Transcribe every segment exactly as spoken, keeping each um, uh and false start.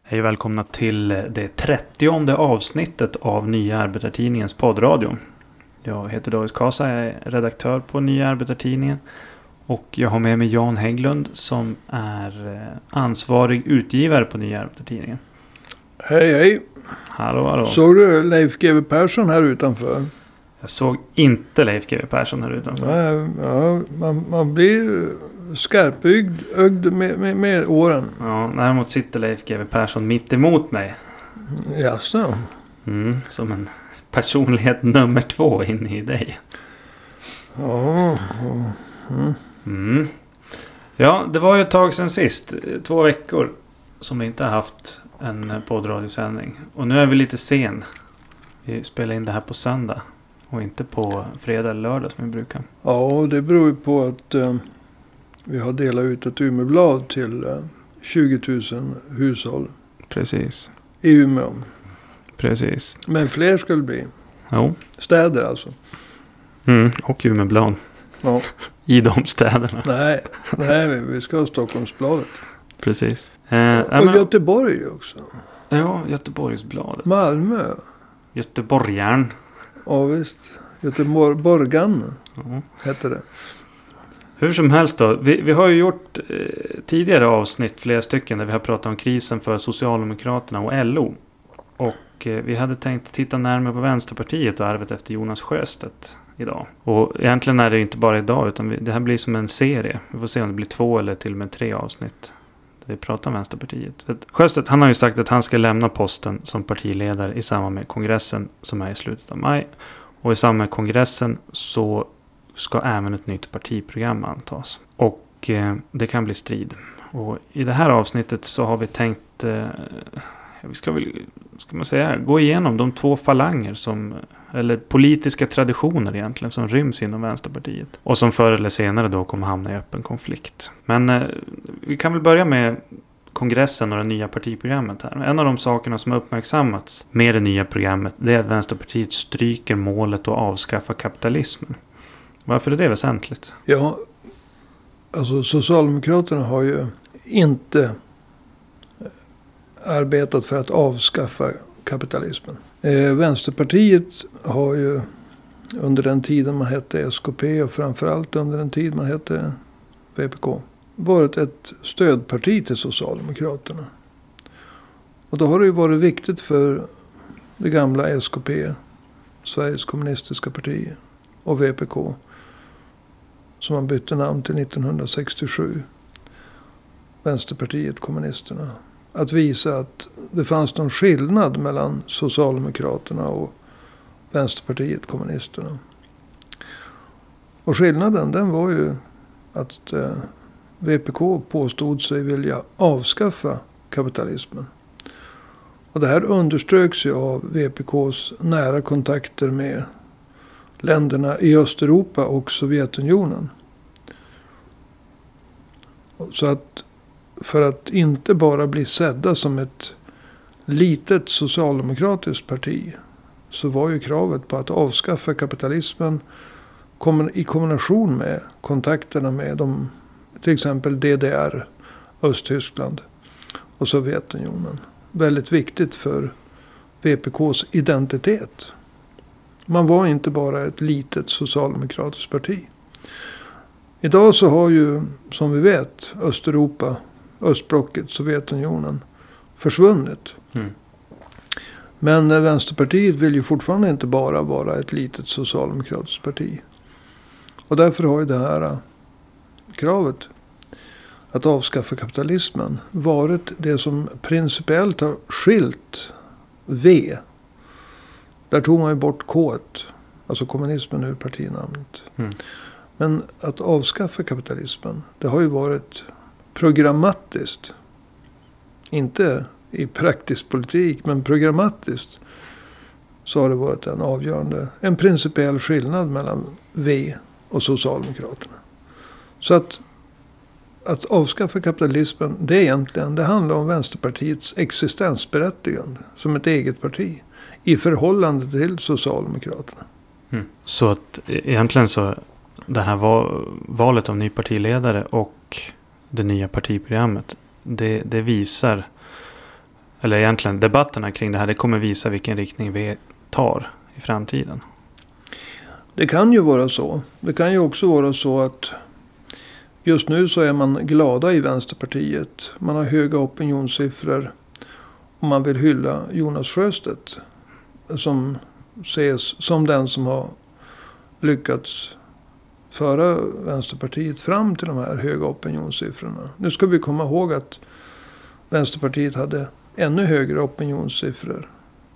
Hej och välkomna till det trettionde avsnittet av Nya Arbetartidningens poddradio. Jag heter David Kasa, jag är redaktör på Nya Arbetartidningen. Och jag har med mig Jan Hägglund som är ansvarig utgivare på Nya Arbetartidningen. Hej hej. Hallå hallå. Såg du Leif G W Persson här utanför? Jag såg inte Leif G W Persson här utanför. Nej, ja, man, man blir skarpögd ögd med, med, med åren. Ja, däremot sitter Leif G W Persson mitt emot mig. Jaså? Mm, som en personlighet nummer två inne i dig. Ja. Mm. Mm. Ja, det var ju ett tag sedan sist. Två veckor som vi inte har haft en poddradiosändning. Och nu är vi lite sen. Vi spelar in det här på söndag. Och inte på fredag eller lördag som vi brukar. Ja, och det beror ju på att eh, vi har delat ut ett Umeåblad till eh, tjugo tusen hushåll. Precis. I Umeå. Precis. Men fler skulle bli. Jo. Städer alltså. Mm, och Umeåblad. Ja. I de städerna. Nej, nej vi, vi ska ha Stockholmsbladet. Precis. Eh, och men, Göteborg också. Ja, Göteborgsbladet. Malmö. Göteborgaren. Ja visst. Göteborgan Ja. heter det. Hur som helst då. Vi, vi har ju gjort eh, tidigare avsnitt, flera stycken, där vi har pratat om krisen för Socialdemokraterna och L O. Och eh, vi hade tänkt titta närmare på Vänsterpartiet och arvet efter Jonas Sjöstedt idag. Och egentligen är det inte bara idag, utan vi, det här blir som en serie. Vi får se om det blir två eller till och med tre avsnitt. Där vi pratar om Vänsterpartiet. Sjöstedt, han har ju sagt att han ska lämna posten som partiledare i samband med kongressen som är i slutet av maj. Och i samband med kongressen så ska även ett nytt partiprogram antas. Och eh, det kan bli strid. Och i det här avsnittet så har vi tänkt, eh, vi ska väl, ska man säga, gå igenom de två falanger som, eller politiska traditioner egentligen, som ryms inom Vänsterpartiet. Och som förr eller senare då kommer hamna i öppen konflikt. Men eh, vi kan väl börja med kongressen och det nya partiprogrammet här. En av de sakerna som har uppmärksammats med det nya programmet, det är att Vänsterpartiet stryker målet att avskaffa kapitalismen. Varför är det väsentligt? Ja, alltså Socialdemokraterna har ju inte arbetat för att avskaffa kapitalismen. Eh, Vänsterpartiet har ju under den tiden man hette S K P och framförallt under den tid man hette V P K varit ett stödparti till Socialdemokraterna. Och då har det ju varit viktigt för det gamla S K P, Sveriges kommunistiska parti, och V P K, som man bytte namn till nittonhundrasextiosju, Vänsterpartiet kommunisterna, att visa att det fanns någon skillnad mellan Socialdemokraterna och Vänsterpartiet kommunisterna. Och skillnaden, den var ju att eh, V P K påstod sig vilja avskaffa kapitalismen. Och det här underströks ju av V P K:s nära kontakter med länderna i Östeuropa och Sovjetunionen. Så att för att inte bara bli sedda som ett litet socialdemokratiskt parti, så var ju kravet på att avskaffa kapitalismen i kombination med kontakterna med de, till exempel D D R, Östtyskland och Sovjetunionen, väldigt viktigt för V P K:s identitet. Man var inte bara ett litet socialdemokratiskt parti. Idag så har ju, som vi vet, Östeuropa, östblocket, Sovjetunionen försvunnit. Mm. Men Vänsterpartiet vill ju fortfarande inte bara vara ett litet socialdemokratiskt parti. Och därför har ju det här kravet att avskaffa kapitalismen varit det som principiellt har skilt V. Där tog man ju bort K, alltså kommunismen, ur partinamnet. Mm. Men att avskaffa kapitalismen, det har ju varit programmatiskt. Inte i praktisk politik, men programmatiskt så har det varit en avgörande, en principiell skillnad mellan V och Socialdemokraterna. Så att, att avskaffa kapitalismen, det är egentligen, det handlar om Vänsterpartiets existensberättigande som ett eget parti i förhållande till Socialdemokraterna. Mm. Så att egentligen så det här var valet av ny partiledare och det nya partiprogrammet, det, det visar eller egentligen debatterna kring det här, det kommer visa vilken riktning vi tar i framtiden. Det kan ju vara så. Det kan ju också vara så att just nu så är man glada i Vänsterpartiet. Man har höga opinionssiffror. Och man vill hylla Jonas Sjöstedt. Som ses som den som har lyckats föra Vänsterpartiet fram till de här höga opinionssiffrorna. Nu ska vi komma ihåg att Vänsterpartiet hade ännu högre opinionssiffror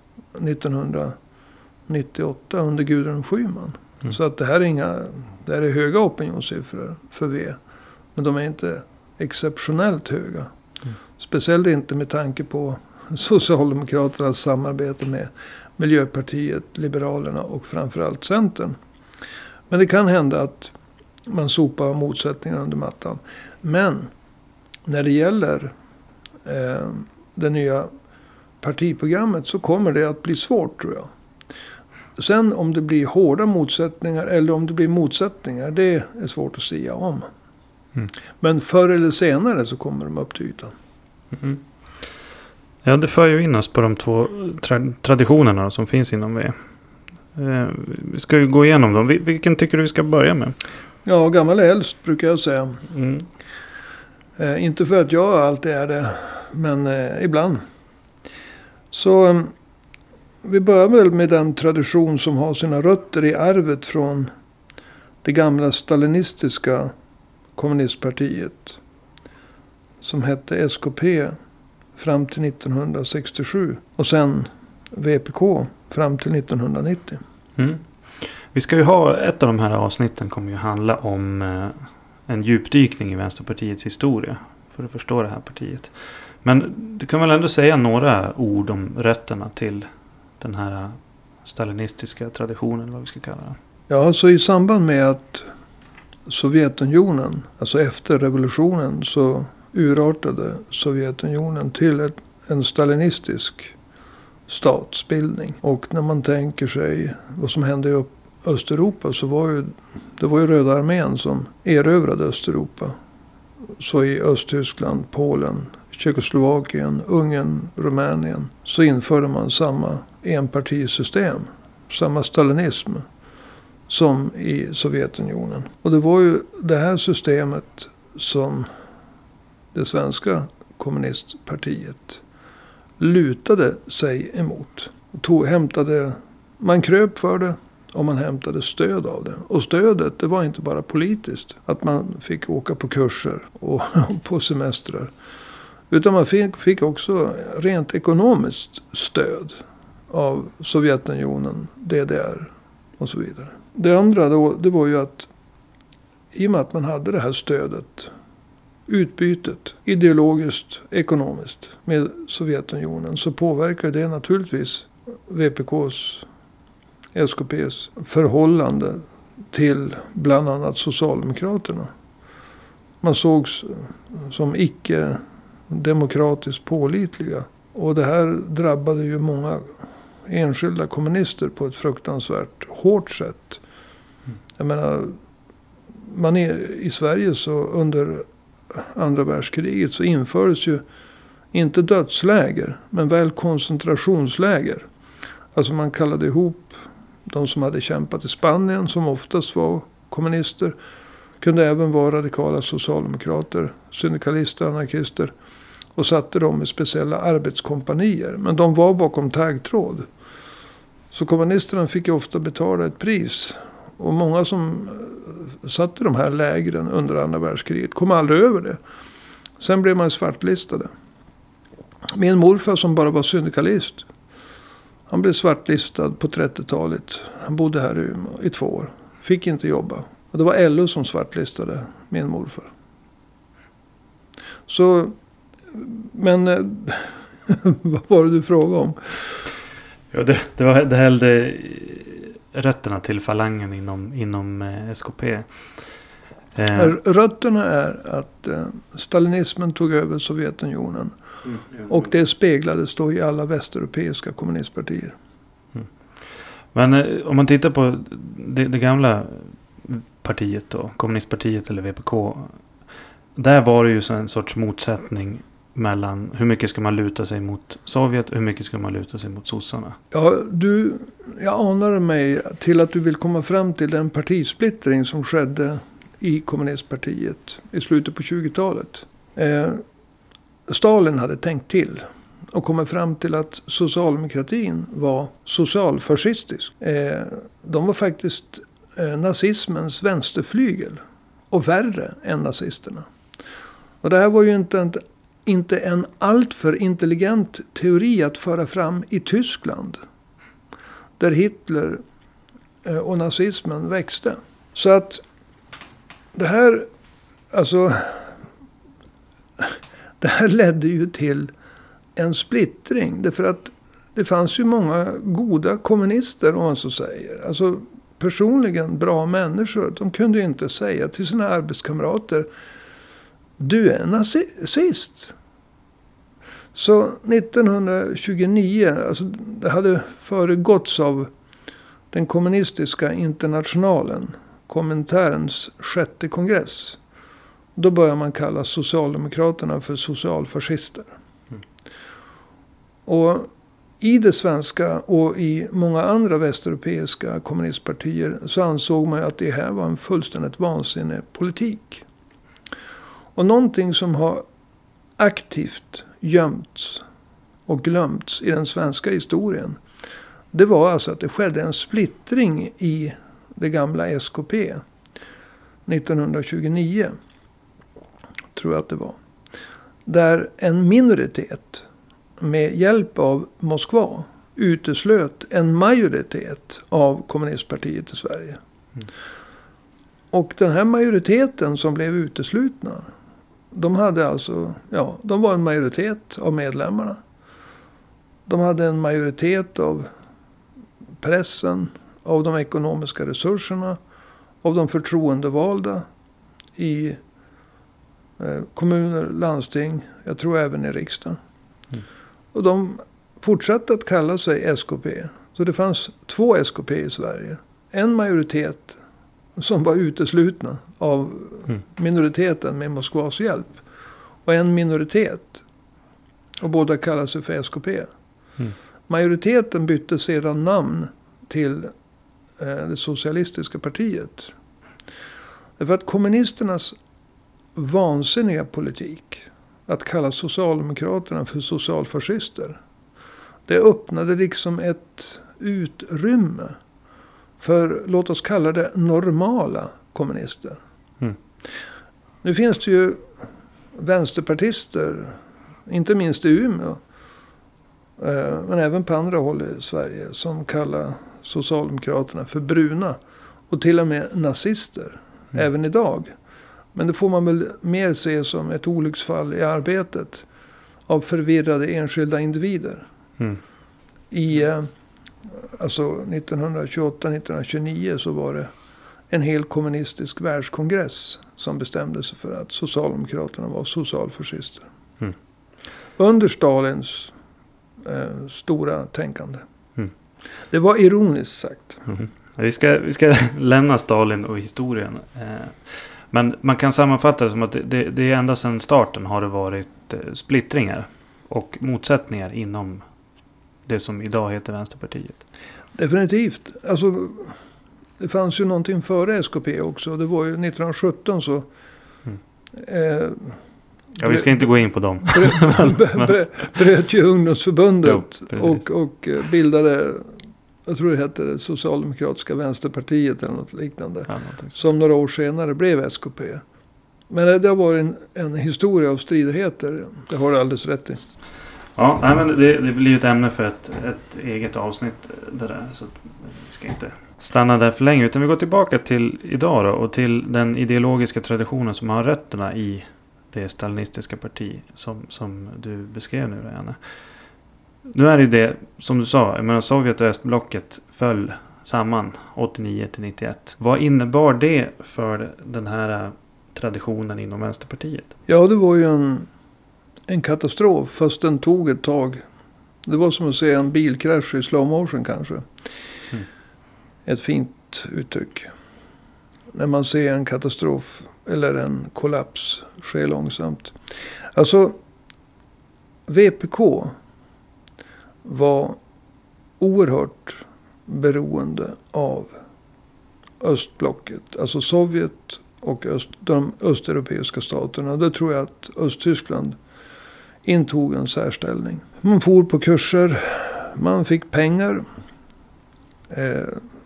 nittonhundranittioåtta under Gudrun Schyman. Mm. Så att det här är inga, det här är höga opinionssiffror för V. Men de är inte exceptionellt höga. Mm. Speciellt inte med tanke på Socialdemokraternas samarbete med Miljöpartiet, Liberalerna och framförallt Centern. Men det kan hända att man sopar motsättningar under mattan. Men när det gäller eh, det nya partiprogrammet så kommer det att bli svårt, tror jag. Sen om det blir hårda motsättningar eller om det blir motsättningar, det är svårt att säga om. Mm. Men förr eller senare så kommer de upp till ytan. Mm. Ja, det för ju in oss på de två tra- traditionerna som finns inom V. Eh, vi ska ju gå igenom dem. Vil- vilken tycker du vi ska börja med? Ja, gammal är äldst brukar jag säga. Mm. Eh, inte för att jag alltid är det, men eh, ibland. Så eh, vi börjar väl med den tradition som har sina rötter i arvet från det gamla stalinistiska kommunistpartiet. Som hette S K P fram till nittonhundrasextiosju. Och sen V P K fram till nittonhundranittio. Mm. Vi ska ju ha, ett av de här avsnitten kommer ju handla om eh, en djupdykning i Vänsterpartiets historia. För att förstå det här partiet. Men du kan väl ändå säga några ord om rötterna till den här stalinistiska traditionen, vad vi ska kalla det. Ja, alltså i samband med att Sovjetunionen, alltså efter revolutionen, så urartade Sovjetunionen till ett, en stalinistisk statsbildning. Och när man tänker sig vad som hände i Östeuropa, så var ju det var ju Röda armén som erövrade Östeuropa. Så i Östtyskland, Polen, Tjeckoslovakien, Ungern, Rumänien så införde man samma enpartisystem, samma stalinism som i Sovjetunionen. Och det var ju det här systemet som det svenska kommunistpartiet lutade sig emot. Tog, hämtade, man kröp för det och man hämtade stöd av det. Och stödet, det var inte bara politiskt. Att man fick åka på kurser och på semestrar. Utan man fick, fick också rent ekonomiskt stöd av Sovjetunionen, D D R och så vidare. Det andra då, det var ju att i och med att man hade det här stödet, utbytet, ideologiskt, ekonomiskt med Sovjetunionen, så påverkar det naturligtvis V P K:s, S K P:s förhållande till bland annat Socialdemokraterna. Man sågs som icke demokratiskt pålitliga. Och det här drabbade ju många enskilda kommunister på ett fruktansvärt hårt sätt. Mm. Jag menar, man är i Sverige så under andra världskriget så infördes ju inte dödsläger, men väl koncentrationsläger. Alltså man kallade ihop de som hade kämpat i Spanien, som oftast var kommunister. Kunde även vara radikala socialdemokrater, syndikalister, anarkister. Och satte dem i speciella arbetskompanier. Men de var bakom taggtråd. Så kommunisterna fick ju ofta betala ett pris. Och många som satt i de här lägren under andra världskriget kom aldrig över det. Sen blev man svartlistade. Min morfar som bara var syndikalist, han blev svartlistad på trettiotalet. Han bodde här i Umeå i två år. Fick inte jobba. Och det var L O som svartlistade min morfar. Så, men vad var det du frågade om? Ja, det, det, var, det hällde rötterna till falangen inom, inom eh, S K P. Eh. Rötterna är att eh, stalinismen tog över Sovjetunionen. Mm, ja, och det speglades då i alla västeuropeiska kommunistpartier. Mm. Men eh, om man tittar på det, det gamla partiet då, kommunistpartiet eller V P K. Där var det ju så en sorts motsättning mellan hur mycket ska man luta sig mot Sovjet och hur mycket ska man luta sig mot sossarna? Ja, du, jag anar mig till att du vill komma fram till den partisplittring som skedde i kommunistpartiet i slutet på tjugotalet. Eh, Stalin hade tänkt till och kommit fram till att socialdemokratin var socialfascistisk. Eh, de var faktiskt eh, nazismens vänsterflygel och värre än nazisterna. Och det här var ju inte en, inte en alltför intelligent teori att föra fram i Tyskland. Där Hitler eh, och nazismen växte. Så att det här, alltså, det här ledde ju till en splittring. Därför att det fanns ju många goda kommunister, om man så säger. Alltså personligen bra människor. De kunde ju inte säga till sina arbetskamrater: du är nazist. Så nittonhundratjugonio, alltså det hade föregåtts av den kommunistiska internationalen, Kominternens sjätte kongress. Då börjar man kalla socialdemokraterna för socialfascister. Mm. Och i det svenska och i många andra västeuropeiska kommunistpartier så ansåg man att det här var en fullständigt vansinnig politik. Och någonting som har aktivt gömts och glömts i den svenska historien, det var alltså att det skedde en splittring i det gamla S K P nittonhundratjugonio, tror jag att det var. Där en minoritet med hjälp av Moskva uteslöt en majoritet av kommunistpartiet i Sverige. Mm. Och den här majoriteten som blev uteslutna, de hade alltså, ja, de var en majoritet av medlemmarna. De hade en majoritet av pressen, av de ekonomiska resurserna, av de förtroendevalda i eh, kommuner, landsting, jag tror även i riksdagen. Mm. Och de fortsatte att kalla sig S K P. Så det fanns två S K P i Sverige. En majoritet som var uteslutna av mm. minoriteten med Moskvas hjälp. Och en minoritet. Och båda kallade sig för S K P. Mm. Majoriteten bytte sedan namn till eh, det socialistiska partiet. Därför att kommunisternas vansinniga politik, att kalla socialdemokraterna för socialfascister, det öppnade liksom ett utrymme för, låt oss kalla det, normala kommunister. Mm. Nu finns det ju vänsterpartister, inte minst i Umeå, eh, men även på andra håll i Sverige, som kallar socialdemokraterna för bruna. Och till och med nazister, mm. även idag. Men det får man väl mer se som ett olycksfall i arbetet av förvirrade enskilda individer. Mm. I eh, alltså nittonhundratjugoåtta nittonhundratjugonio så var det en hel kommunistisk världskongress som bestämde sig för att socialdemokraterna var socialfascister. Mm. Under Stalins eh, stora tänkande. Mm. Det var ironiskt sagt. Mm. Vi ska, vi ska lämna Stalin och historien. Eh, men man kan sammanfatta det som att det, det, det är ända sedan starten har det varit eh, splittringar och motsättningar inom det som idag heter Vänsterpartiet. Definitivt. Alltså, det fanns ju någonting före S K P också. Det var ju nittonhundrasjutton så... Mm. Eh, ja, vi ska inte gå in på dem. bröt, bröt, bröt ju ungdomsförbundet jo, och, och bildade, jag tror det hette det Socialdemokratiska Vänsterpartiet eller något liknande. Ja, som några år senare blev S K P. Men det, det har varit en, en historia av stridigheter. Det har du alldeles rätt i. Ja, nej, men det, det blir ett ämne för ett, ett eget avsnitt det där. Så vi ska inte stanna där för länge. Utan vi går tillbaka till idag då, och till den ideologiska traditionen som har rötterna i det stalinistiska parti som, som du beskrev nu, Janne. Nu är det det, som du sa, jag menar, Sovjet och östblocket föll samman åttionio till nittioett. Vad innebar det för den här traditionen inom Vänsterpartiet? Ja, det var ju en, en katastrof, fast den tog ett tag. Det var som att se en bilkrasch i slow motion kanske. Mm. Ett fint uttryck. När man ser en katastrof eller en kollaps ske långsamt. Alltså, V P K var oerhört beroende av östblocket. Alltså Sovjet och öst, de östeuropeiska staterna. Det tror jag att Östtyskland intog en särställning. Man for på kurser. Man fick pengar. Eh,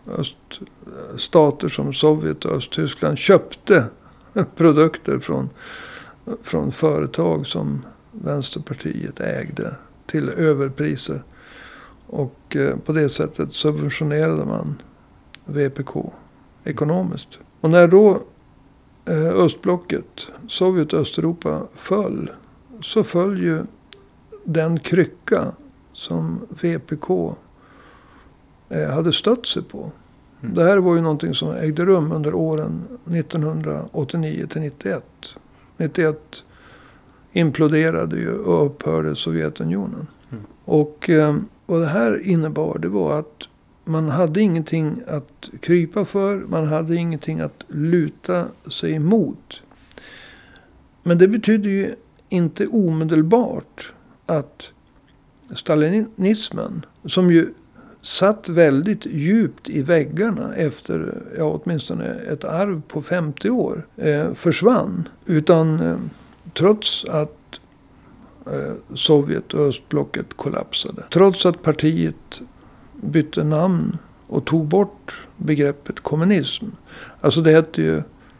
öststater som Sovjet och Östtyskland köpte produkter från, från företag som Vänsterpartiet ägde till överpriser. Och eh, på det sättet subventionerade man V P K ekonomiskt. Och när då eh, östblocket, Sovjet och Östeuropa föll, så föll ju den krycka som V P K eh, hade stött sig på. Mm. Det här var ju någonting som ägde rum under åren nittonhundraåttionio till nittioett. nittioett imploderade ju och upphörde Sovjetunionen. Mm. Och eh, vad det här innebar, det var att man hade ingenting att krypa för. Man hade ingenting att luta sig emot. Men det betyder ju inte omedelbart att stalinismen, som ju satt väldigt djupt i väggarna efter ja, åtminstone ett arv på femtio år, eh, försvann. Utan eh, trots att eh, Sovjet och östblocket kollapsade. Trots att partiet bytte namn och tog bort begreppet kommunism. Alltså det hette ju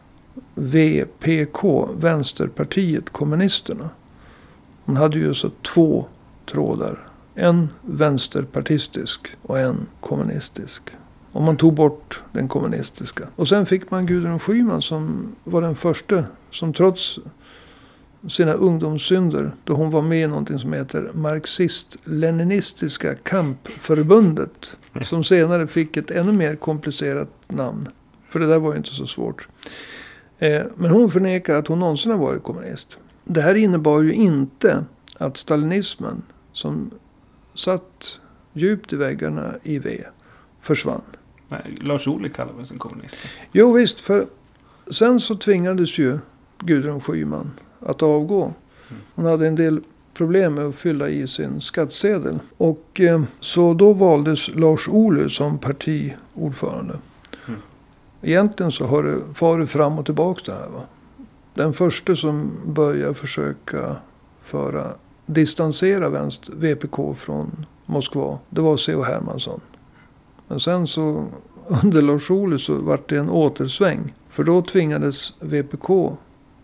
V P K, Vänsterpartiet kommunisterna. Man hade ju så två trådar. En vänsterpartistisk och en kommunistisk. Och man tog bort den kommunistiska. Och sen fick man Gudrun Schyman som var den första som trots sina ungdomssynder, då hon var med i någonting som heter Marxist-Leninistiska kampförbundet, som senare fick ett ännu mer komplicerat namn. För det där var ju inte så svårt. Eh, men hon förnekar att hon någonsin har varit kommunist. Det här innebar ju inte att stalinismen, som satt djupt i väggarna i V, försvann. Nej, Lars Ohly kallades en kommunist. Jo visst, för sen så tvingades ju Gudrun Schyman att avgå. Hon hade en del problem med att fylla i sin skattsedel. Och eh, så då valdes Lars Ohly som partiordförande. Mm. Egentligen så har det farit fram och tillbaka det här, va. Den första som börjar försöka föra, distansera vänster V P K från Moskva, det var C H Hermansson. Men sen så under Lars Ohly så var det en återsväng. För då tvingades V P K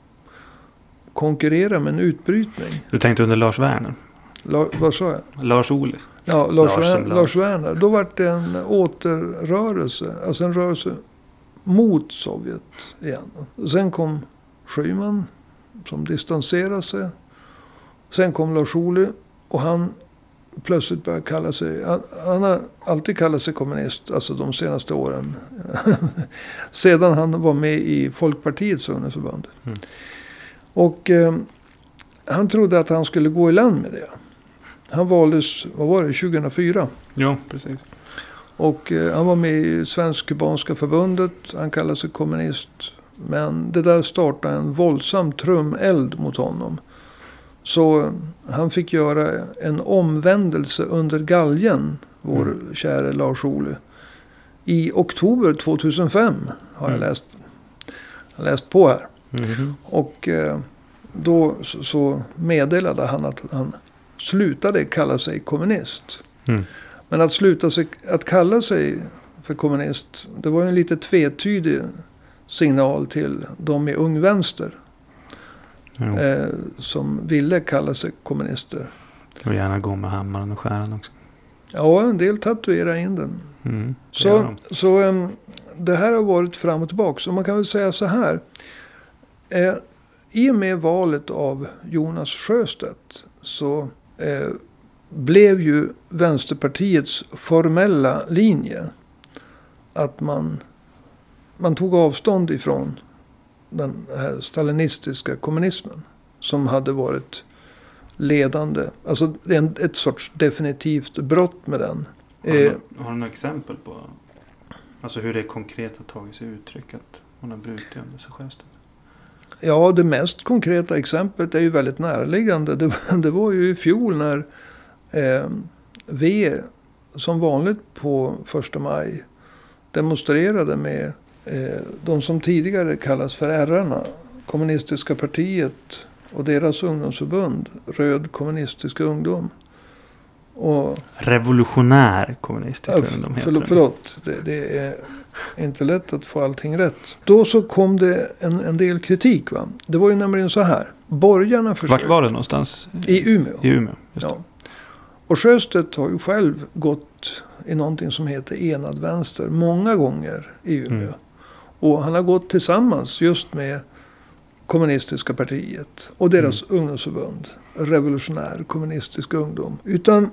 konkurrera med en utbrytning. Du tänkte under Lars Werner? La, vad sa jag? Lars Ohly. Ja, Lars, Lars, Werner, Lars Werner. Då var det en återrörelse. Alltså en rörelse mot Sovjet igen. Sen kom Schyman som distanserade sig. Sen kom Lars Ohly och han plötsligt började kalla sig, han, han har alltid kallat sig kommunist, alltså de senaste åren. Sedan han var med i Folkpartiets ungdomsförbund. Mm. Och eh, han trodde att han skulle gå i land med det. Han valdes, vad var det, tjugohundrafyra? Ja, precis. Och eh, han var med i Svensk-Kubanska förbundet. Han kallade sig kommunist. Men det där startade en våldsam trumeld mot honom. Så eh, han fick göra en omvändelse under galgen, vår mm. kära Lars Ohly. I oktober tjugohundrafem har mm. jag läst, jag läst på här. Mm. Och eh, då så, så meddelade han att han slutade kalla sig kommunist. Mm. Men att sluta sig, att kalla sig för kommunist, det var en lite tvetydig signal till de i Ung Vänster. Eh, som ville kalla sig kommunister. Och gärna gå med hammaren och skäran också. Ja, en del tatuerar in den. Mm, så så um, det här har varit fram och tillbaka. Så man kan väl säga så här. Eh, I och med valet av Jonas Sjöstedt så eh, blev ju Vänsterpartiets formella linje att man, man tog avstånd ifrån den här stalinistiska kommunismen som hade varit ledande. Alltså en, ett sorts definitivt brott med den. Har du, har du några exempel på alltså hur det konkret har tagit sig uttryck att hon har brutit under sig Sjöstedt? Ja, det mest konkreta exemplet är ju väldigt närliggande. Det, det var ju i fjol när eh, V som vanligt på första maj demonstrerade med eh, de som tidigare kallas för ärrarna. Kommunistiska partiet och deras ungdomsförbund. Röd kommunistisk ungdom. Och, Revolutionär kommunistisk ja, ungdom heter förlåt, förlåt. Det, det är inte lätt att få allting rätt. Då så kom det en, en del kritik. Va? Det var ju nämligen så här. Borgarna försökte... Vart var det någonstans? I Umeå. I Umeå, just ja. Och Sjöstedt har ju själv gått i någonting som heter enad vänster många gånger i Umeå. Mm. Och han har gått tillsammans just med kommunistiska partiet och deras mm. ungdomsförbund. Revolutionär kommunistisk ungdom. Utan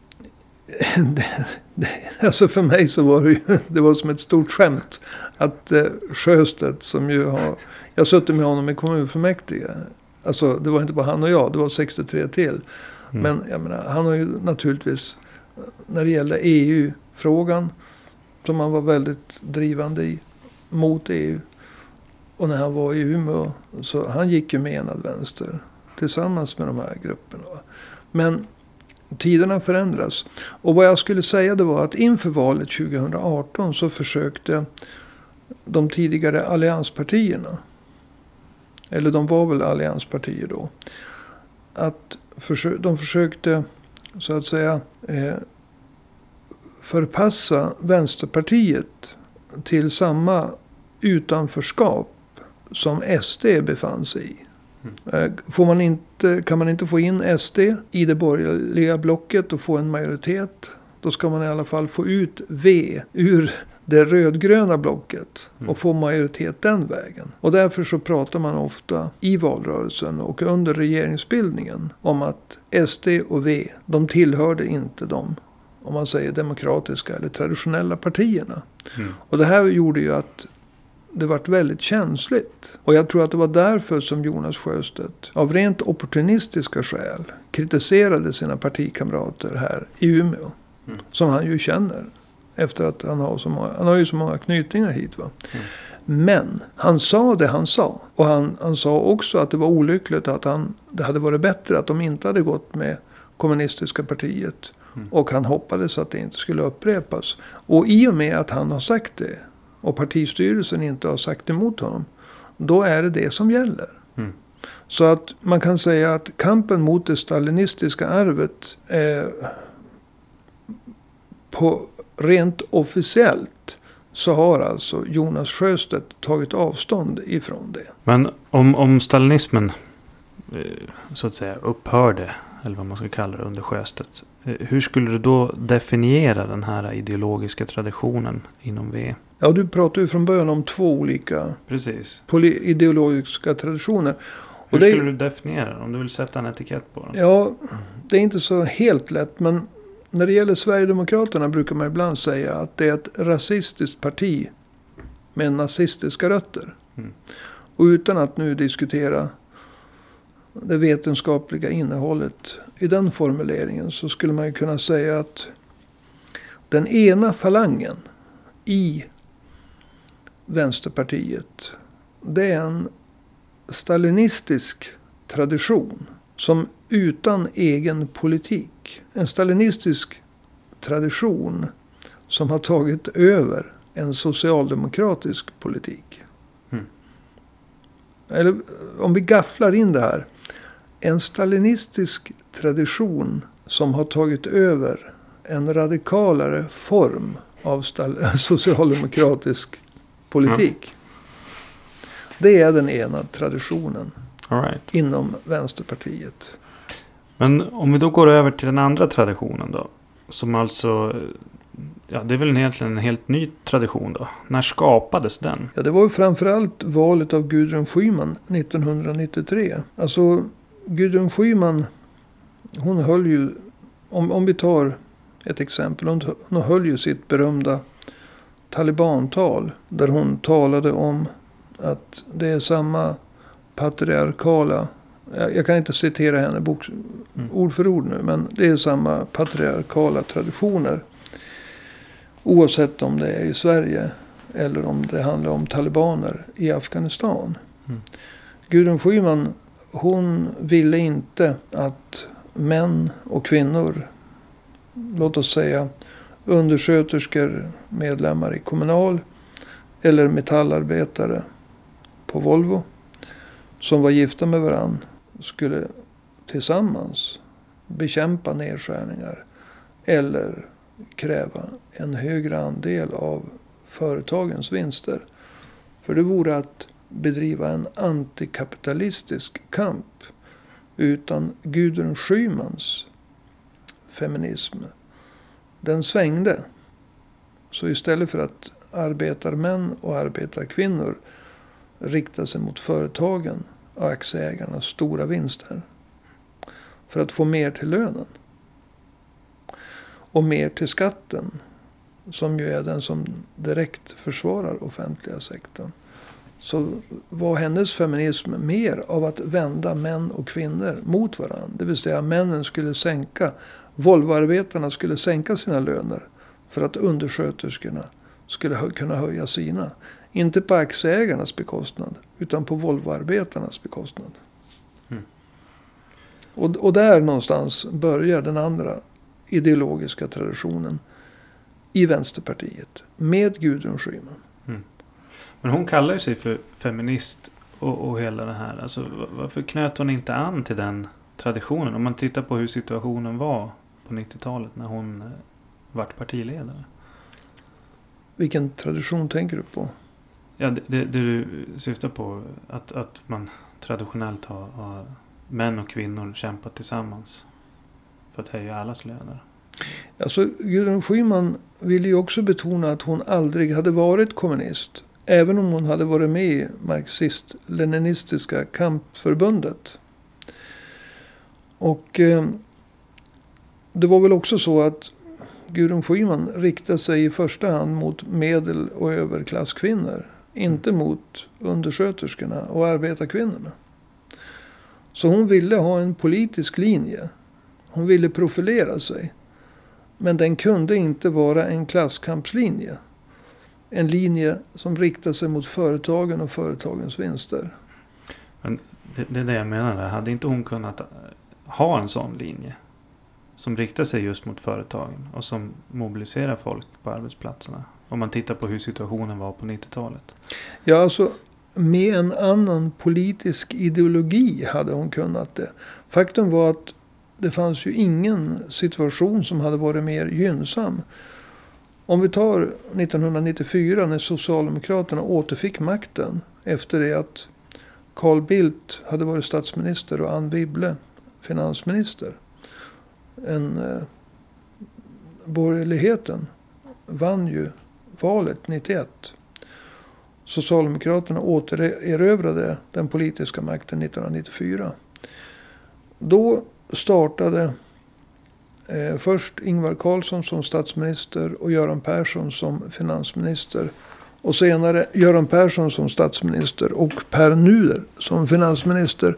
det, det, alltså för mig så var det ju, det var som ett stort skämt att eh, Sjöstedt som ju har, jag suttit med honom i kommunfullmäktige. Alltså det var inte bara han och jag, det var sextiotre till. Mm. Men jag menar, han har ju naturligtvis när det gäller E U-frågan som han var väldigt drivande i mot E U. Och när han var i Umeå så han gick ju med enad vänster tillsammans med de här grupperna. Men tiderna förändras. Och vad jag skulle säga det var att inför valet tjugo arton så försökte de tidigare allianspartierna, eller de var väl allianspartier då, att försö- de försökte så att säga eh, förpassa Vänsterpartiet till samma utanförskap som S D befann sig i. Mm. Får man inte, kan man inte få in S D i det borgerliga blocket och få en majoritet, då ska man i alla fall få ut V ur det rödgröna blocket och mm. få majoritet den vägen. Och därför så pratar man ofta i valrörelsen och under regeringsbildningen om att S D och V, de tillhörde inte de, om man säger demokratiska eller traditionella partierna. Mm. Och det här gjorde ju att det varit väldigt känsligt. Och jag tror att det var därför som Jonas Sjöstedt av rent opportunistiska skäl kritiserade sina partikamrater här i Umeå. Mm. Som han ju känner. Efter att han har så många, han har ju så många knytningar hit va. Mm. Men han sa det han sa. Och han, han sa också att det var olyckligt att han, det hade varit bättre att de inte hade gått med kommunistiska partiet. Mm. Och han hoppades att det inte skulle upprepas. Och i och med att han har sagt det och partistyrelsen inte har sagt emot honom, då är det det som gäller. Mm. Så att man kan säga att kampen mot det stalinistiska arvet är på rent officiellt så har alltså Jonas Sjöstedt tagit avstånd ifrån det. Men om, om stalinismen så att säga upphörde, eller vad man ska kalla det, under Sjöstedt, hur skulle du då definiera den här ideologiska traditionen inom V? Ja, du pratar ju från början om två olika Precis. Poli- ideologiska traditioner. Hur Och det, skulle du definiera den om du vill sätta en etikett på den? Ja, det är inte så helt lätt, men när det gäller Sverigedemokraterna brukar man ibland säga att det är ett rasistiskt parti med nazistiska rötter. Mm. Och utan att nu diskutera det vetenskapliga innehållet i den formuleringen så skulle man ju kunna säga att den ena falangen i Vänsterpartiet, det är en stalinistisk tradition som utan egen politik. En stalinistisk tradition som har tagit över en socialdemokratisk politik. Mm. Eller om vi gafflar in det här. En stalinistisk tradition som har tagit över en radikalare form av stal- socialdemokratisk politik. Mm. Det är den ena traditionen. All right. Inom Vänsterpartiet. Men om vi då går över till den andra traditionen då. Som alltså, ja det är väl egentligen en helt ny tradition då. När skapades den? Ja, det var ju framförallt valet av Gudrun Schyman nittonhundranittiotre. Alltså Gudrun Schyman, hon höll ju, om, om vi tar ett exempel, hon, hon höll ju sitt berömda talibantal. Där hon talade om att det är samma patriarkala, jag, jag kan inte citera henne bok, mm. ord för ord nu, men det är samma patriarkala traditioner oavsett om det är i Sverige eller om det handlar om talibaner i Afghanistan. Mm. Gudrun Schyman, hon ville inte att män och kvinnor, låt oss säga undersköterskor, medlemmar i Kommunal eller metallarbetare på Volvo som var gifta med varann skulle tillsammans bekämpa nedskärningar eller kräva en högre andel av företagens vinster. För det vore att bedriva en antikapitalistisk kamp. Utan Gudrun Schymans feminism, den svängde. Så istället för att arbetarmän och arbetarkvinnor riktar sig mot företagen och aktieägarnas stora vinster för att få mer till lönen och mer till skatten, som ju är den som direkt försvarar offentliga sektorn, så var hennes feminism mer av att vända män och kvinnor mot varandra. Det vill säga männen skulle sänka, Volvoarbetarna skulle sänka sina löner för att undersköterskorna skulle hö- kunna höja sina. Inte på aktieägarnas bekostnad, utan på Volvoarbetarnas bekostnad. Mm. Och, och där någonstans börjar den andra ideologiska traditionen i Vänsterpartiet med Gudrun Schyman. Mm. Men hon kallar ju sig för feminist och, och hela det här. Alltså, varför knöt hon inte an till den traditionen? Om man tittar på hur situationen var på nittiotalet när hon eh, vart partiledare. Vilken tradition tänker du på? Ja, det, det, det du syftar på, att, att man traditionellt har, har män och kvinnor kämpat tillsammans för att höja allas löner. Alltså, Gudrun Schyman ville ju också betona att hon aldrig hade varit kommunist. Även om hon hade varit med i marxist-leninistiska kampförbundet. Och eh, det var väl också så att Gudrun Schyman riktade sig i första hand mot medel- och överklasskvinnor. Inte mot undersköterskorna och arbetarkvinnorna. Så hon ville ha en politisk linje. Hon ville profilera sig. Men den kunde inte vara en klasskampslinje. En linje som riktar sig mot företagen och företagens vinster. Men det, det är det jag menar. Hade inte hon kunnat ha en sån linje som riktar sig just mot företagen och som mobiliserar folk på arbetsplatserna? Om man tittar på hur situationen var på nittiotalet. Ja, alltså med en annan politisk ideologi hade hon kunnat det. Faktum var att det fanns ju ingen situation som hade varit mer gynnsam. Om vi tar nittonhundranittiofyra när Socialdemokraterna återfick makten efter det att Carl Bildt hade varit statsminister och Anne Wibble finansminister. En eh, borgerligheten vann ju valet nittioett. Socialdemokraterna återerövrade den politiska makten nittonhundranittiofyra. Då startade eh, först Ingvar Carlsson som statsminister och Göran Persson som finansminister. Och senare Göran Persson som statsminister och Per Nuder som finansminister.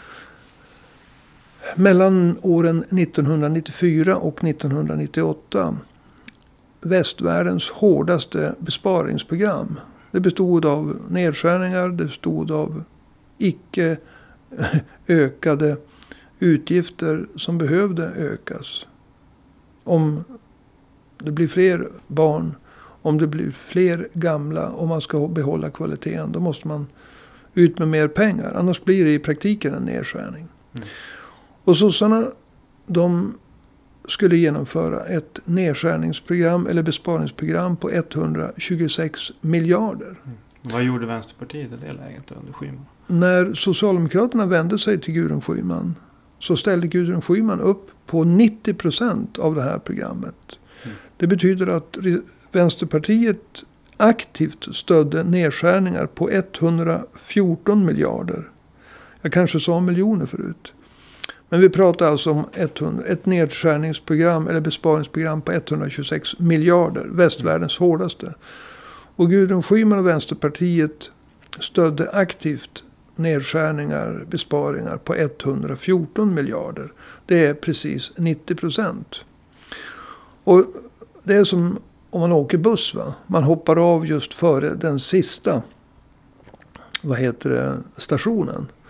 Mellan åren nittonhundranittiofyra och nittonhundranittioåtta västvärldens hårdaste besparingsprogram. Det bestod av nedskärningar, det bestod av icke ökade utgifter som behövde ökas. Om det blir fler barn, om det blir fler gamla och man ska behålla kvaliteten, då måste man ut med mer pengar. Annars blir det i praktiken en nedskärning. Mm. Och sossarna, de skulle genomföra ett nedskärningsprogram eller besparingsprogram på etthundratjugosex miljarder. Mm. Vad gjorde Vänsterpartiet i det läget under Schyman? När Socialdemokraterna vände sig till Gudrun Schyman så ställde Gudrun Schyman upp på nittio procent av det här programmet. Mm. Det betyder att Vänsterpartiet aktivt stödde nedskärningar på etthundrafjorton miljarder. Jag kanske sa miljoner förut. Men vi pratar alltså om hundra, ett nedskärningsprogram eller besparingsprogram på etthundratjugosex miljarder. Västvärldens mm. hårdaste. Och Gudrun Schyman och Vänsterpartiet stödde aktivt nedskärningar, besparingar på etthundrafjorton miljarder. Det är precis nittio procent. Och det är som om man åker buss, va? Man hoppar av just före den sista, vad heter det, stationen.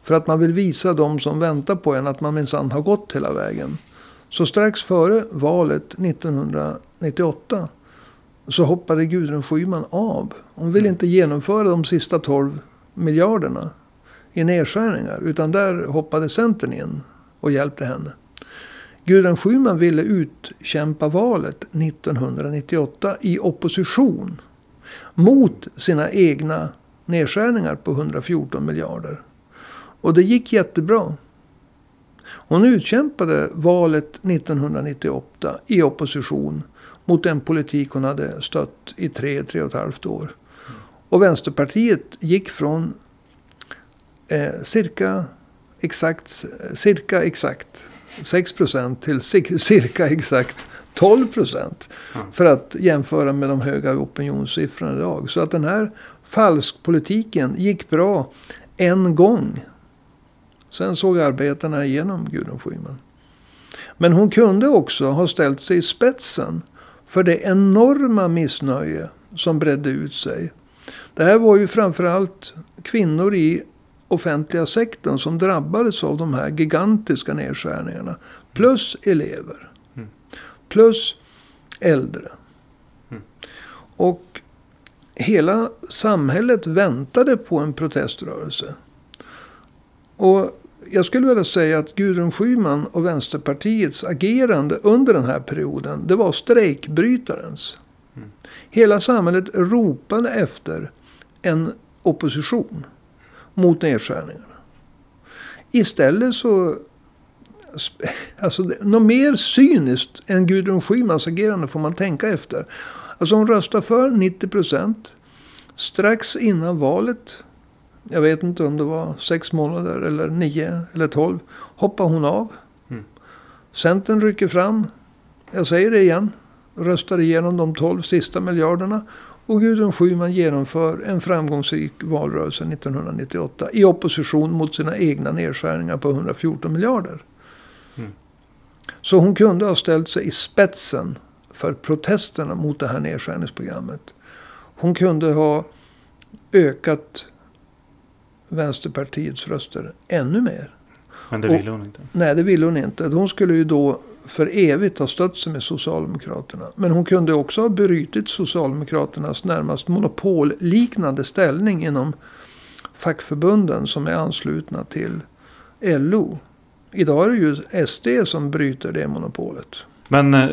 För att man vill visa dem som väntar på en att man minsann har gått hela vägen. Så strax före valet nittonhundranittioåtta så hoppade Gudrun Schyman av. Hon ville inte genomföra de sista tolv miljarderna i nedskärningar. Utan där hoppade Centern in och hjälpte henne. Gudrun Schyman ville utkämpa valet nittonhundranittioåtta i opposition mot sina egna nedskärningar på hundrafjorton miljarder. Och det gick jättebra. Hon utkämpade valet nittonhundranittioåtta i opposition mot den politik hon hade stött i tre, tre och ett halvt år. Och Vänsterpartiet gick från eh, cirka exakt, cirka exakt sex procent till cirka exakt tolv procent. För att jämföra med de höga opinionssiffrorna idag. Så att den här falskpolitiken gick bra en gång. Sen såg arbetarna igenom Gudrun Schyman. Men hon kunde också ha ställt sig i spetsen för det enorma missnöje som bredde ut sig. Det här var ju framförallt kvinnor i offentliga sektorn som drabbades av de här gigantiska nedskärningarna. Plus elever. Mm. Plus äldre. Mm. Och hela samhället väntade på en proteströrelse. Och jag skulle vilja säga att Gudrun Schyman och Vänsterpartiets agerande under den här perioden, det var strejkbrytarens. Mm. Hela samhället ropade efter en opposition mot nedskärningarna. Istället så, alltså något mer cyniskt än Gudrun Schymans agerande får man tänka efter. Alltså hon röstade för nittio procent strax innan valet. Jag vet inte om det var sex månader eller nio eller tolv. Hoppar hon av. Mm. Centern rycker fram. Jag säger det igen. Röstar igenom de tolv sista miljarderna. Och Gudrun Schyman genomför en framgångsrik valrörelse nittonhundranittioåtta. I opposition mot sina egna nedskärningar på hundrafjorton miljarder. Mm. Så hon kunde ha ställt sig i spetsen för protesterna mot det här nedskärningsprogrammet. Hon kunde ha ökat Vänsterpartiets röster ännu mer. Men det ville hon inte. Nej, det ville hon inte. Hon skulle ju då för evigt ha stött sig med Socialdemokraterna. Men hon kunde också ha brytit Socialdemokraternas närmast monopolliknande ställning inom fackförbunden som är anslutna till L O. Idag är det ju S D som bryter det monopolet. Men eh,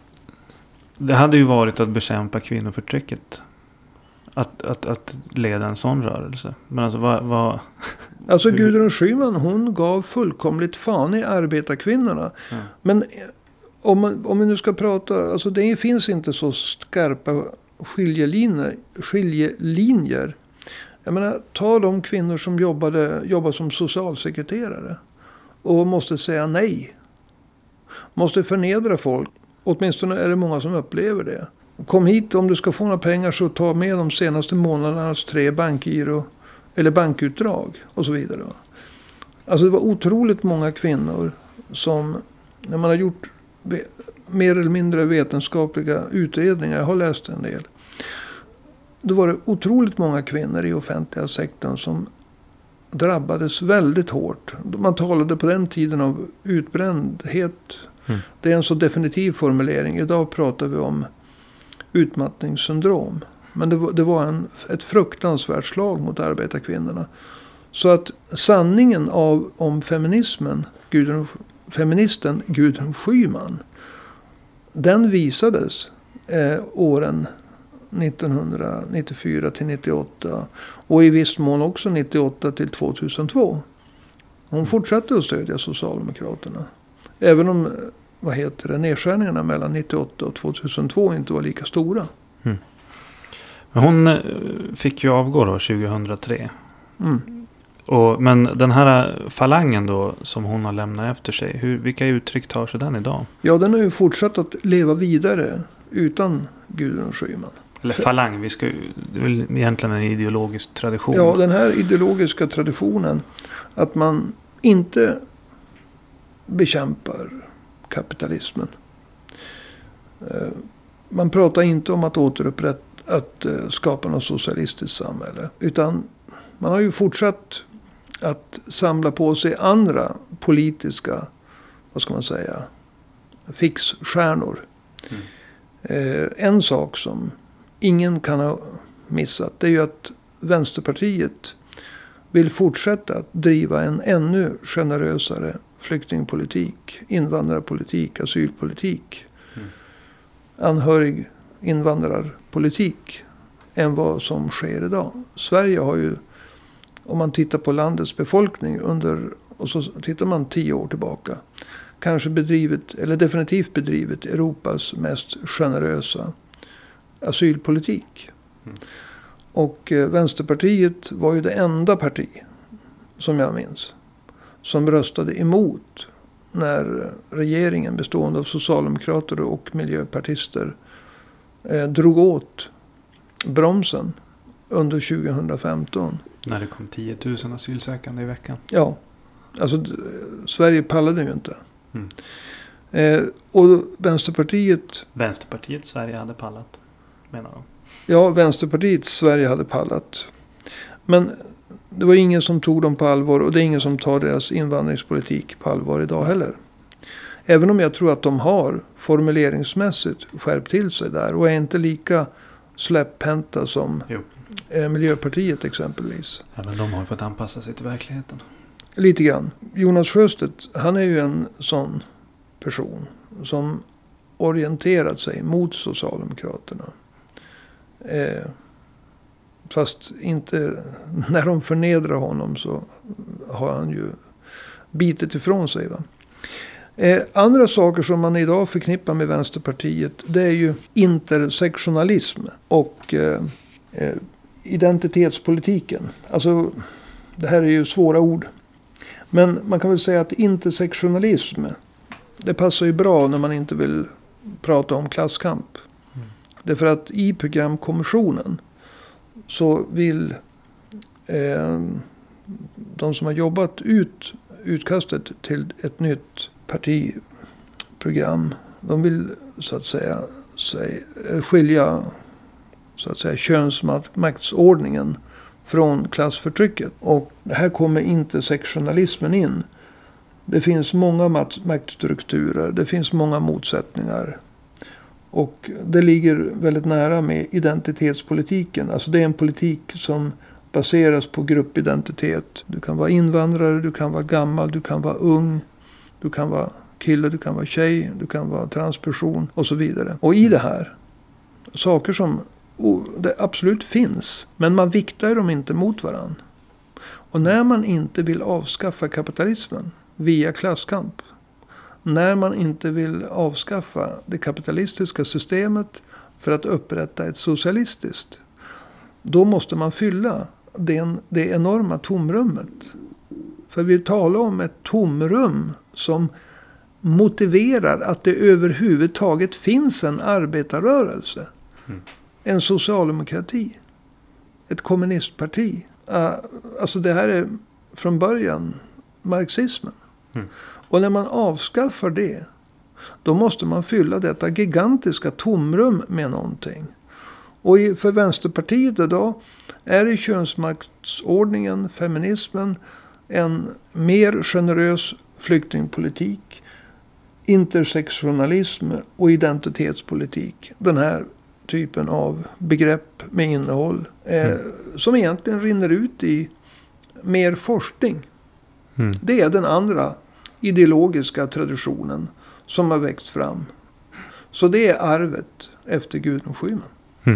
det hade ju varit att bekämpa kvinnoförtrycket. Att, att, att leda en sån rörelse. Men alltså vad... vad alltså Gudrun Schyman, hon gav fullkomligt fan i arbetarkvinnorna. Ja. Men om, man, om vi nu ska prata... Alltså det finns inte så skarpa skiljelinjer. skiljelinjer. Jag menar, ta de kvinnor som jobbade, jobbade som socialsekreterare. Och måste säga nej. Måste förnedra folk. Åtminstone är det många som upplever det. Kom hit, om du ska få några pengar så ta med de senaste månadernas tre bankgiro eller bankutdrag och så vidare. Alltså det var otroligt många kvinnor som, när man har gjort mer eller mindre vetenskapliga utredningar, jag har läst en del. Då var det otroligt många kvinnor i offentliga sektorn som drabbades väldigt hårt. Man talade på den tiden om utbrändhet. Mm. Det är en så definitiv formulering. Idag pratar vi om utmattningssyndrom. Men det var, det var en, ett fruktansvärt slag mot arbetarkvinnorna. Så att sanningen av, om feminismen, Gudrun, feministen Gudrun Schyman, den visades eh, åren nittonhundranittiofyra till nittioåtta och i viss mån också nittioåtta till tvåtusentvå. Hon fortsatte att stödja Socialdemokraterna. Även om vad heter det, nedskärningarna mellan nittioåtta och tvåtusentvå inte var lika stora. Mm. Hon fick ju avgå då tjugohundratre. Mm. Och, men den här falangen då som hon har lämnat efter sig, hur, vilka uttryck tar sig den idag? Ja, den har ju fortsatt att leva vidare utan Gudrun Schyman. Eller falang, vi ska, det är väl egentligen en ideologisk tradition. Ja, den här ideologiska traditionen att man inte bekämpar kapitalismen. Man pratar inte om att återupprätta, att skapa något socialistiskt samhälle. Utan man har ju fortsatt att samla på sig andra politiska, vad ska man säga, fixstjärnor. Mm. Eh, en sak som ingen kan ha missat, det är ju att Vänsterpartiet vill fortsätta att driva en ännu generösare flyktingpolitik, invandrarpolitik, asylpolitik, mm. anhörig invandrarpolitik än vad som sker idag. Sverige har ju, om man tittar på landets befolkning under, och så tittar man tio år tillbaka, kanske bedrivit, eller definitivt bedrivit Europas mest generösa asylpolitik. Mm. Och eh, Vänsterpartiet var ju det enda parti, som jag minns, som röstade emot när regeringen bestående av socialdemokrater och miljöpartister eh, drog åt bromsen under tjugohundrafemton. När det kom tio tusen asylsökande i veckan. Ja, alltså d- Sverige pallade ju inte. Mm. Eh, och Vänsterpartiet... Vänsterpartiet Sverige hade pallat, menar de. Ja, Vänsterpartiet Sverige hade pallat. Men det var ingen som tog dem på allvar. Och det är ingen som tar deras invandringspolitik på allvar idag heller. Även om jag tror att de har formuleringsmässigt skärpt till sig där. Och är inte lika släpphänta som eh, Miljöpartiet exempelvis. Ja, men de har fått anpassa sig till verkligheten. Lite grann. Jonas Sjöstedt, han är ju en sån person som orienterat sig mot Socialdemokraterna. Eh, fast inte när de förnedrar honom så har han ju bitit ifrån sig. Va? Eh, andra saker som man idag förknippar med Vänsterpartiet, det är ju intersektionalism och eh, eh, identitetspolitiken. Alltså, det här är ju svåra ord. Men man kan väl säga att intersektionalism, det passar ju bra när man inte vill prata om klasskamp. Mm. Därför att i programkommissionen så vill eh, de som har jobbat ut utkastet till ett nytt partiprogram, de vill så att säga sig, skilja så att säga könsmaktsordningen från klassförtrycket. Och här kommer intersektionalismen in. Det finns många maktstrukturer, det finns många motsättningar. Och det ligger väldigt nära med identitetspolitiken. Alltså det är en politik som baseras på gruppidentitet. Du kan vara invandrare, du kan vara gammal, du kan vara ung. Du kan vara kille, du kan vara tjej, du kan vara transperson och så vidare. Och i det här, saker som oh, det absolut finns, men man viktar dem inte mot varann. Och när man inte vill avskaffa kapitalismen via klasskamp, när man inte vill avskaffa det kapitalistiska systemet för att upprätta ett socialistiskt, då måste man fylla den, det enorma tomrummet. För vi talar om ett tomrum som motiverar att det överhuvudtaget finns en arbetarrörelse. Mm. En socialdemokrati. Ett kommunistparti. Uh, alltså det här är från början marxismen. Mm. Och när man avskaffar det, då måste man fylla detta gigantiska tomrum med någonting. Och i, för Vänsterpartiet idag är det könsmaktsordningen, feminismen, en mer generös flyktingpolitik, intersektionalism och identitetspolitik. Den här typen av begrepp med innehåll eh, mm. som egentligen rinner ut i mer forskning. Mm. Det är den andra ideologiska traditionen som har växt fram. Så det är arvet efter Gudrun Schyman. Mm.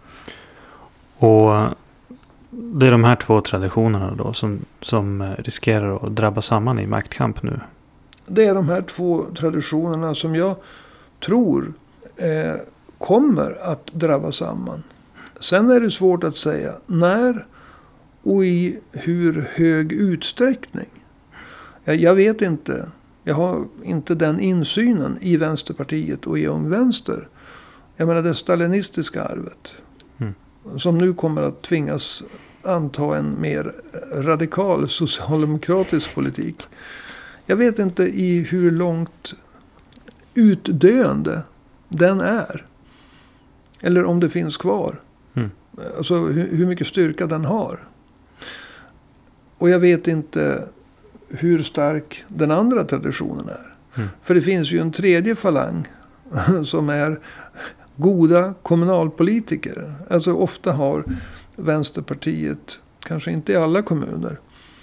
Och det är de här två traditionerna då som, som riskerar att drabba samman i maktkamp nu? Det är de här två traditionerna som jag tror eh, kommer att drabba samman. Sen är det svårt att säga när och i hur hög utsträckning. Jag, jag vet inte. Jag har inte den insynen i Vänsterpartiet och i Ung Vänster. Jag menar det stalinistiska arvet. Mm. Som nu kommer att tvingas anta en mer radikal socialdemokratisk politik. Jag vet inte i hur långt utdöende den är. Eller om det finns kvar. Mm. Alltså hur, hur mycket styrka den har. och jag vet inte hur stark den andra traditionen är. Mm. För det finns ju en tredje falang som är goda kommunalpolitiker. Alltså ofta har Vänsterpartiet, kanske inte i alla kommuner,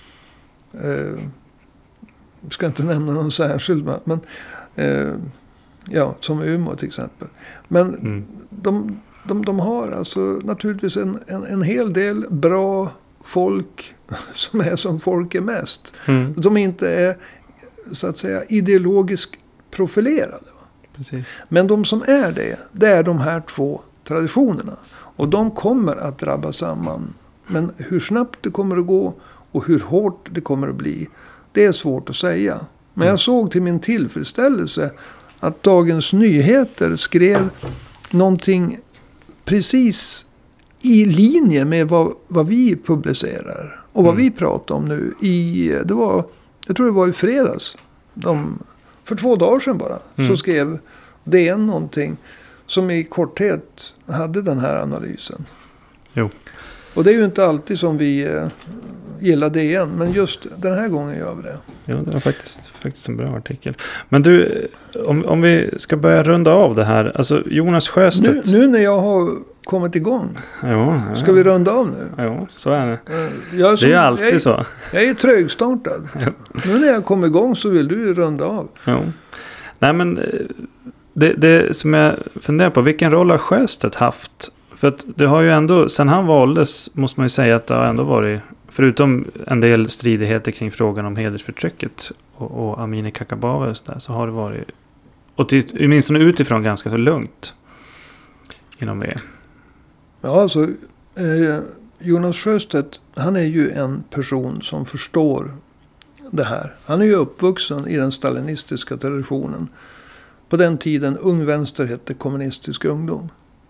eh, ska inte nämna någon särskild, men eh, ja, som Umeå till exempel. Men Mm. de, de, de har alltså naturligtvis en, en, en hel del bra folk som är som folk är mest. Mm. De inte är så att säga ideologiskt profilerade. Precis. Men de som är det, det är de här två traditionerna. Och de kommer att drabba samman. Men hur snabbt det kommer att gå och hur hårt det kommer att bli, det är svårt att säga. Men jag såg till min tillfredsställelse att Dagens Nyheter skrev någonting precis i linje med vad, vad vi publicerar. Och vad Mm. vi pratar om nu. I, det var, jag tror det var i fredags. De, för två dagar sedan bara. Mm. Så skrev D N någonting som i korthet hade den här analysen. Jo. Och det är ju inte alltid som vi eh, gillar D N. Men just den här gången gör vi det. Ja, det var faktiskt, faktiskt en bra artikel. Men du, om, om vi ska börja runda av det här. Alltså Jonas Nu, Sjöstedt. nu när jag har kommit igång. Ja, ja. Ska vi runda av nu? Ja, så är det. Eh, Jag är Det som- är ju alltid jag är, så. Jag är trögstartad. Ja. Nu när jag kommer igång så vill du runda av. Ja. Nej, men eh, det, det som jag funderar på, vilken roll har Sjöstedt haft? För att det har ju ändå, sen han valdes måste man ju säga att det har ändå varit, förutom en del stridigheter kring frågan om hedersförtrycket och, och Amineh Kakabaveh och så där, så har det varit, och till, åtminstone utifrån ganska så lugnt inom V. Ja, alltså eh, Jonas Sjöstedt, han är ju en person som förstår det här. Han är ju uppvuxen i den stalinistiska traditionen. På den tiden Ung Vänster hette Kommunistisk ungdom.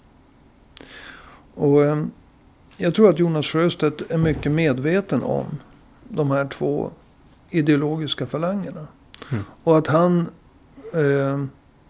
Och eh, jag tror att Jonas Sjöstedt är mycket medveten om de här två ideologiska falangerna. Mm. Och att han eh,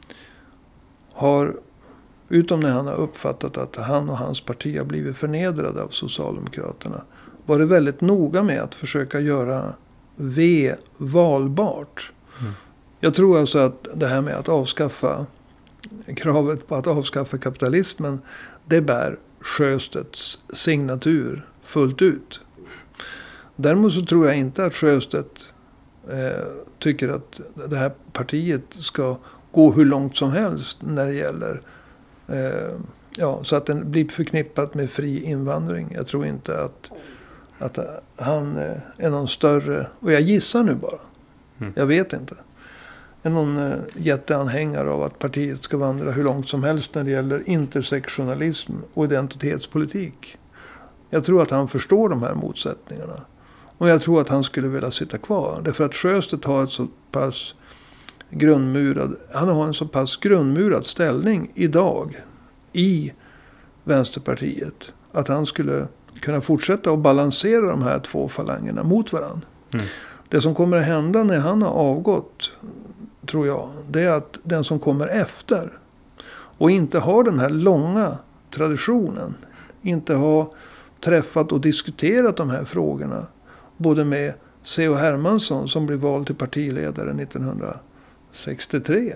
har, utom när han har uppfattat att han och hans parti har blivit förnedrade av Socialdemokraterna, varit väldigt noga med att försöka göra V valbart. Mm. Jag tror alltså att det här med att avskaffa kravet på att avskaffa kapitalismen, det bär Sjöstedts signatur fullt ut. Däremot så tror jag inte att Sjöstedt eh, tycker att det här partiet ska gå hur långt som helst när det gäller eh, ja, så att den blir förknippat med fri invandring. Jag tror inte att, att han eh, är någon större, och jag gissar nu bara, Mm. jag vet inte, är någon eh, jätteanhängare av att partiet ska vandra hur långt som helst när det gäller intersektionalism och identitetspolitik. Jag tror att han förstår de här motsättningarna. Och jag tror att han skulle vilja sitta kvar. Därför att Sjöstedt har ett så pass grundmurad, han har en så pass grundmurad ställning idag i Vänsterpartiet. Att han skulle kunna fortsätta att balansera de här två falangerna mot varandra. Mm. Det som kommer att hända när han har avgått, tror jag, det är att den som kommer efter och inte har den här långa traditionen, inte har träffat och diskuterat de här frågorna, både med C H Hermansson som blev vald till partiledare nittonhundrasextiotre,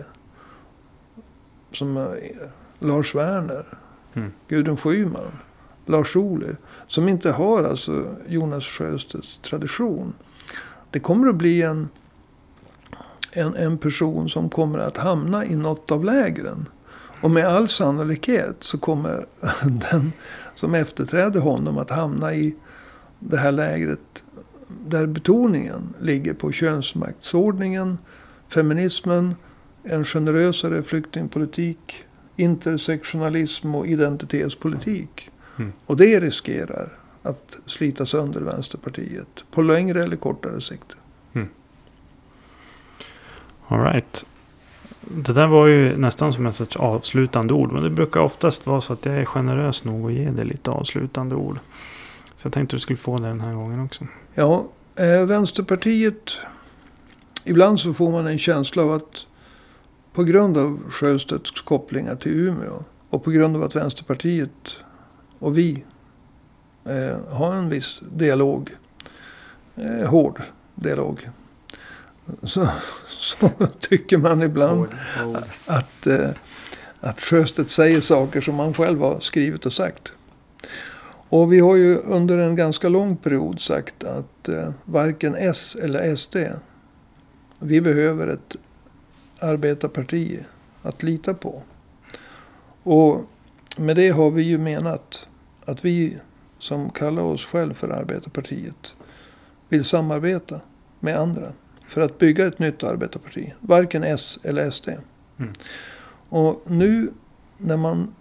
som eh, Lars Werner, Mm. Gudrun Schyman, Lars Ohly, som inte har alltså Jonas Sjöstedts tradition. Det kommer att bli en, en, en person som kommer att hamna i något av lägren. Och med all sannolikhet så kommer den som efterträder honom att hamna i det här lägret där betoningen ligger på könsmaktsordningen, feminismen, en generösare flyktingpolitik, intersektionalism och identitetspolitik. Mm. Och det riskerar att slita sönder Vänsterpartiet på längre eller kortare sikt. All right. Det där var ju nästan som en sorts avslutande ord. Men det brukar oftast vara så att jag är generös nog att ge det lite avslutande ord. Så jag tänkte att du skulle få det den här gången också. Ja, eh, Vänsterpartiet, ibland så får man en känsla av att på grund av Sjöstedts kopplingar till Umeå och på grund av att Vänsterpartiet och vi eh, har en viss dialog eh, hård dialog. Så, så tycker man ibland Hård, hård. att, eh, att Sjöstedt säger saker som man själv har skrivit och sagt. Och vi har ju under en ganska lång period sagt att eh, varken S eller S D, vi behöver ett arbetarparti att lita på. Och med det har vi ju menat att vi som kallar oss själv för arbetarpartiet vill samarbeta med andra för att bygga ett nytt arbetarparti. Varken S eller S D. Mm. Och nu när man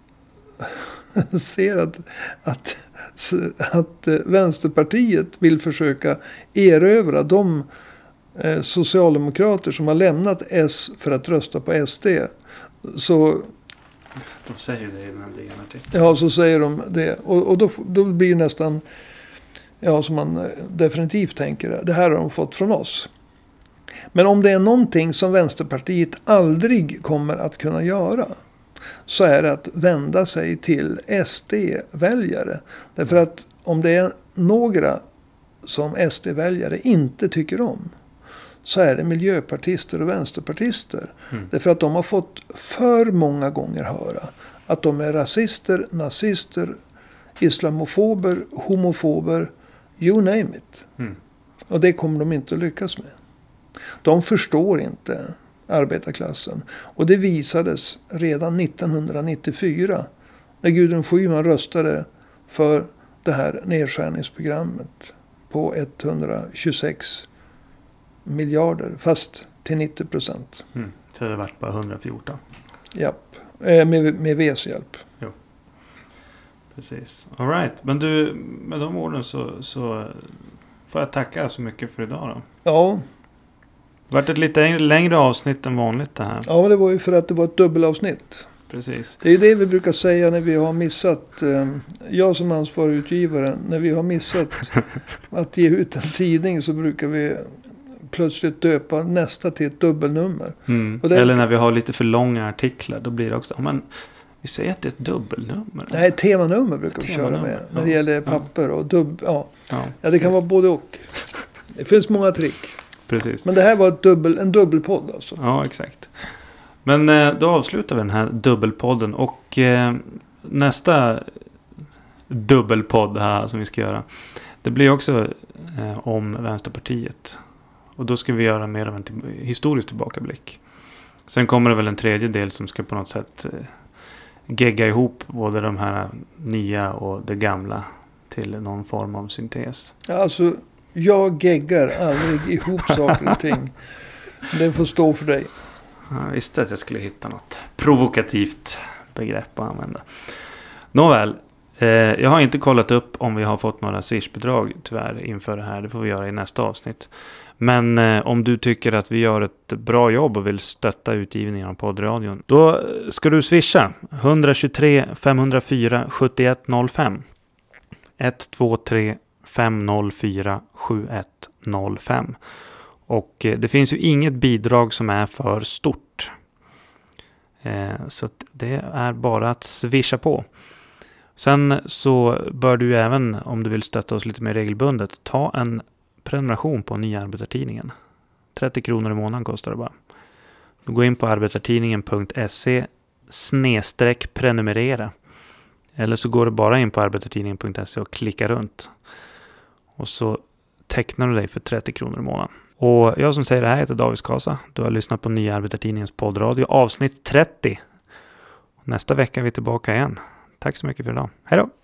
ser att, att, att Vänsterpartiet vill försöka erövra de eh, socialdemokrater som har lämnat S för att rösta på S D. Så, de säger det i den här D N-artikeln. ja, så säger de det. Och, och då, då blir det nästan, ja, som man definitivt tänker, det här har de fått från oss. Men om det är någonting som Vänsterpartiet aldrig kommer att kunna göra, så är det att vända sig till S D-väljare. Därför att om det är några som S D-väljare inte tycker om, så är det miljöpartister och vänsterpartister. Mm. Därför att de har fått för många gånger höra att de är rasister, nazister, islamofober, homofober, you name it. Mm. Och det kommer de inte att lyckas med. De förstår inte arbetarklassen. Och det visades redan nittonhundranittiofyra när Gudrun Schyman röstade för det här nedskärningsprogrammet på etthundratjugosex miljarder, fast till nittio procent. Mm. Så det vart bara hundrafjorton. Japp, eh, med, med V:s hjälp. Jo. Precis. All right. Men du, med de orden så, så får jag tacka så mycket för idag då. Ja. Det vart ett lite längre avsnitt än vanligt det här. Ja, men det var ju för att det var ett dubbelavsnitt. Precis. Det är det vi brukar säga när vi har missat, eh, jag som ansvarig utgivare, när vi har missat att ge ut en tidning, så brukar vi plötsligt döpa nästa till ett dubbelnummer. Mm. Och det, eller när vi har lite för långa artiklar, då blir det också, men vi säger att det är ett dubbelnummer. Nej, temanummer brukar vi köra med. När det ja. gäller papper och dubb, ja. Ja, ja det kan vara både och. Det finns många trick. Precis. Men det här var ett dubbel, en dubbelpodd alltså. Ja, exakt. Men eh, då avslutar vi den här dubbelpodden. Och eh, nästa dubbelpodd här som vi ska göra, det blir också eh, om Vänsterpartiet. Och då ska vi göra mer av en till- historisk tillbakablick. Sen kommer det väl en tredje del som ska på något sätt eh, gegga ihop både de här nya och det gamla till någon form av syntes. Ja, alltså, jag geggar aldrig ihop saker och ting. Det får stå för dig. Jag visste att jag skulle hitta något provokativt begrepp att använda. Nåväl, eh, jag har inte kollat upp om vi har fått några Swish-bidrag tyvärr inför det här. Det får vi göra i nästa avsnitt. Men eh, om du tycker att vi gör ett bra jobb och vill stötta utgivningen av poddradion, då ska du swisha ett två tre fem noll fyra sju ett noll fem. ett två tre fem noll fyra sju ett noll fem. Och eh, det finns ju inget bidrag som är för stort. Eh, så att det är bara att swisha på. Sen så bör du även, om du vill stötta oss lite mer regelbundet, ta en prenumeration på Nya Arbetartidningen. trettio kronor i månaden kostar det bara. Du går in på arbetartidningen punkt se snedstreck prenumerera. Eller så går du bara in på arbetartidningen punkt se och klickar runt. Och så tecknar du dig för trettio kronor i månaden. Och jag som säger det här heter David Skasa. Du har lyssnat på Nya Arbetartidningens poddradio avsnitt trettio. Nästa vecka är vi tillbaka igen. Tack så mycket för idag. Hej då!